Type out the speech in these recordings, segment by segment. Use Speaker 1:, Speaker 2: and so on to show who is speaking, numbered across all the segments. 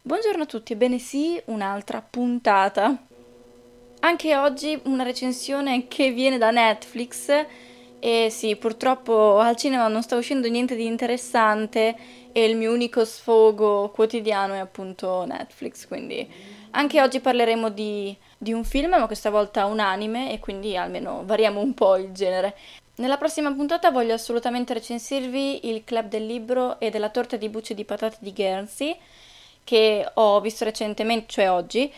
Speaker 1: Buongiorno a tutti, ebbene sì, un'altra puntata. Anche oggi una recensione che viene da Netflix e sì, purtroppo al cinema non sta uscendo niente di interessante e il mio unico sfogo quotidiano è appunto Netflix, quindi anche oggi parleremo di un film, ma questa volta un anime e quindi almeno variamo un po' il genere. Nella prossima puntata voglio assolutamente recensirvi il Club del Libro e della torta di bucce di patate di Guernsey, che ho visto recentemente, cioè oggi,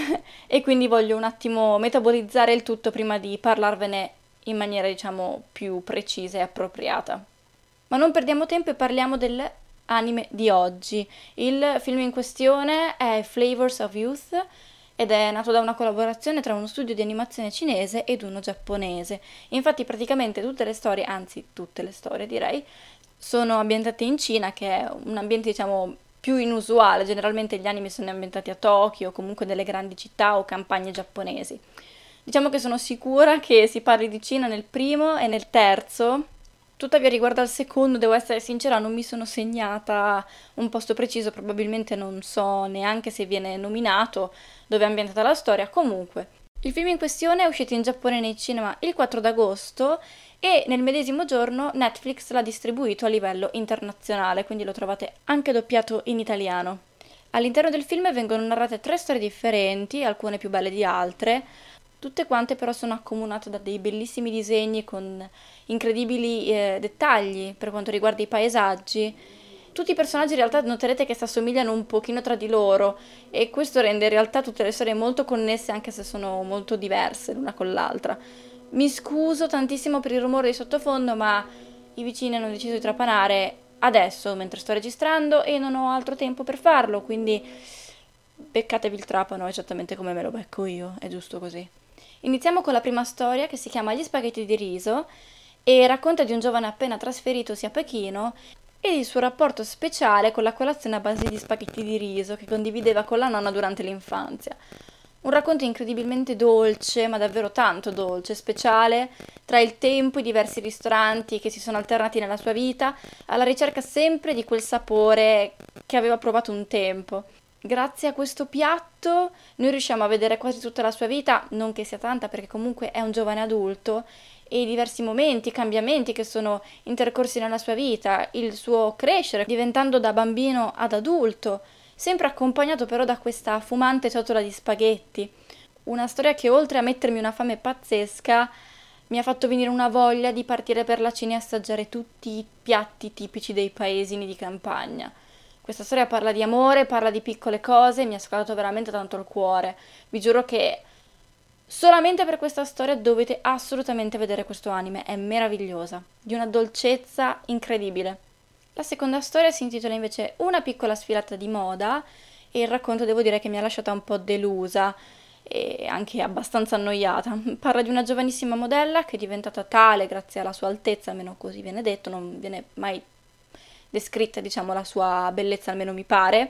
Speaker 1: e quindi voglio un attimo metabolizzare il tutto prima di parlarvene in maniera, diciamo, più precisa e appropriata. Ma non perdiamo tempo e parliamo dell'anime di oggi. Il film in questione è Flavors of Youth ed è nato da una collaborazione tra uno studio di animazione cinese ed uno giapponese. Infatti praticamente tutte le storie, anzi tutte le storie direi, sono ambientate in Cina, che è un ambiente diciamo più inusuale. Generalmente gli anime sono ambientati a Tokyo o comunque nelle grandi città o campagne giapponesi. Diciamo che sono sicura che si parli di Cina nel primo e nel terzo. Tuttavia riguardo al secondo, devo essere sincera, non mi sono segnata un posto preciso, probabilmente non so neanche se viene nominato, dove è ambientata la storia. Comunque, il film in questione è uscito in Giappone nei cinema il 4 d'agosto e nel medesimo giorno Netflix l'ha distribuito a livello internazionale, quindi lo trovate anche doppiato in italiano. All'interno del film vengono narrate tre storie differenti, alcune più belle di altre. Tutte quante però sono accomunate da dei bellissimi disegni con incredibili dettagli per quanto riguarda i paesaggi. Tutti i personaggi in realtà noterete che si assomigliano un pochino tra di loro e questo rende in realtà tutte le storie molto connesse anche se sono molto diverse l'una con l'altra. Mi scuso tantissimo per il rumore di sottofondo, ma i vicini hanno deciso di trapanare adesso mentre sto registrando e non ho altro tempo per farlo, quindi beccatevi il trapano esattamente come me lo becco io, è giusto così. Iniziamo con la prima storia che si chiama Gli spaghetti di riso e racconta di un giovane appena trasferitosi a Pechino e il suo rapporto speciale con la colazione a base di spaghetti di riso che condivideva con la nonna durante l'infanzia. Un racconto incredibilmente dolce, ma davvero tanto dolce, speciale, tra il tempo, i diversi ristoranti che si sono alternati nella sua vita, alla ricerca sempre di quel sapore che aveva provato un tempo. Grazie a questo piatto noi riusciamo a vedere quasi tutta la sua vita, non che sia tanta perché comunque è un giovane adulto, e i diversi momenti, i cambiamenti che sono intercorsi nella sua vita, il suo crescere, diventando da bambino ad adulto, sempre accompagnato però da questa fumante ciotola di spaghetti. Una storia che oltre a mettermi una fame pazzesca, mi ha fatto venire una voglia di partire per la Cina e assaggiare tutti i piatti tipici dei paesini di campagna. Questa storia parla di amore, parla di piccole cose, mi ha scaldato veramente tanto il cuore. Vi giuro che solamente per questa storia dovete assolutamente vedere questo anime, è meravigliosa, di una dolcezza incredibile. La seconda storia si intitola invece Una piccola sfilata di moda e il racconto devo dire che mi ha lasciata un po' delusa e anche abbastanza annoiata. Parla di una giovanissima modella che è diventata tale grazie alla sua altezza, almeno così viene detto, non viene mai descritta, diciamo, la sua bellezza, almeno mi pare,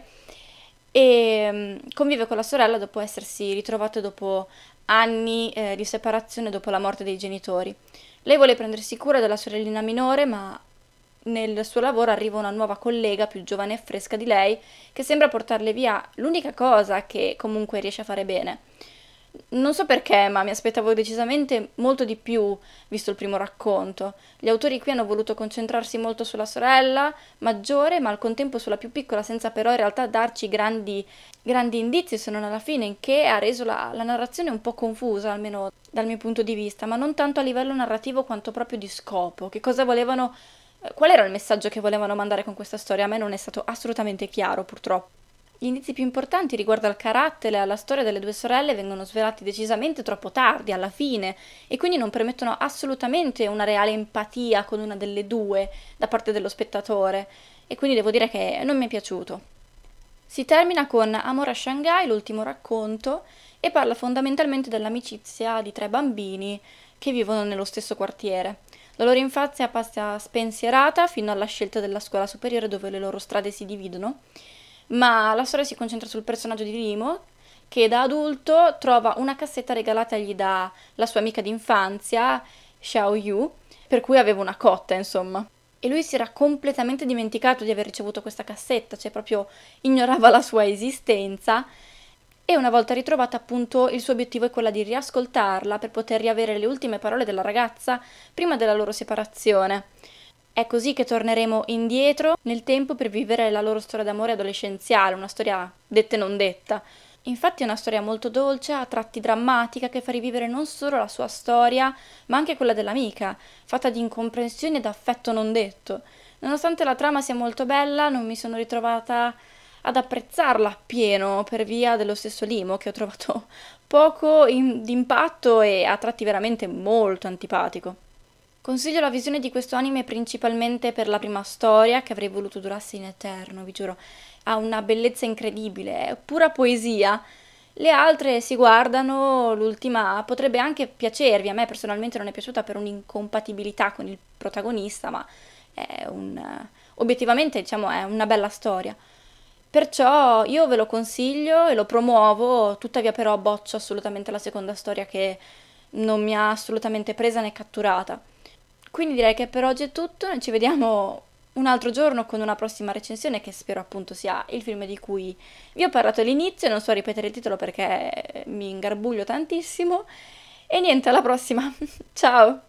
Speaker 1: e convive con la sorella dopo essersi ritrovate dopo anni di separazione dopo la morte dei genitori. Lei vuole prendersi cura della sorellina minore, ma nel suo lavoro arriva una nuova collega più giovane e fresca di lei che sembra portarle via l'unica cosa che comunque riesce a fare bene. Non so perché, ma mi aspettavo decisamente molto di più visto il primo racconto. Gli autori qui hanno voluto concentrarsi molto sulla sorella maggiore, ma al contempo sulla più piccola, senza però in realtà darci grandi indizi, se non alla fine, in che ha reso la narrazione un po' confusa, almeno dal mio punto di vista, ma non tanto a livello narrativo quanto proprio di scopo. Che cosa volevano, qual era il messaggio che volevano mandare con questa storia? A me non è stato assolutamente chiaro, purtroppo. Gli indizi più importanti riguardo al carattere e alla storia delle due sorelle vengono svelati decisamente troppo tardi, alla fine, e quindi non permettono assolutamente una reale empatia con una delle due da parte dello spettatore, e quindi devo dire che non mi è piaciuto. Si termina con Amore a Shanghai, l'ultimo racconto, e parla fondamentalmente dell'amicizia di tre bambini che vivono nello stesso quartiere. La loro infanzia passa spensierata fino alla scelta della scuola superiore dove le loro strade si dividono, ma la storia si concentra sul personaggio di Rimo, che da adulto trova una cassetta regalatagli dalla sua amica d'infanzia, Xiao Yu, per cui aveva una cotta, insomma. e lui si era completamente dimenticato di aver ricevuto questa cassetta, cioè proprio ignorava la sua esistenza. E una volta ritrovata, appunto, il suo obiettivo è quella di riascoltarla per poter riavere le ultime parole della ragazza prima della loro separazione. È così che torneremo indietro nel tempo per vivere la loro storia d'amore adolescenziale, una storia detta e non detta. Infatti è una storia molto dolce, a tratti drammatica, che fa rivivere non solo la sua storia, ma anche quella dell'amica, fatta di incomprensioni ed affetto non detto. Nonostante la trama sia molto bella, non mi sono ritrovata ad apprezzarla appieno per via dello stesso limo, che ho trovato poco d'impatto e a tratti veramente molto antipatico. Consiglio la visione di questo anime principalmente per la prima storia, che avrei voluto durasse in eterno, vi giuro. Ha una bellezza incredibile, è pura poesia. Le altre si guardano, l'ultima potrebbe anche piacervi, a me personalmente non è piaciuta per un'incompatibilità con il protagonista, ma è obiettivamente diciamo è una bella storia. Perciò io ve lo consiglio e lo promuovo, tuttavia però boccio assolutamente la seconda storia che non mi ha assolutamente presa né catturata. Quindi direi che per oggi è tutto, noi ci vediamo un altro giorno con una prossima recensione che spero appunto sia il film di cui vi ho parlato all'inizio, non so ripetere il titolo perché mi ingarbuglio tantissimo. E niente, alla prossima, ciao!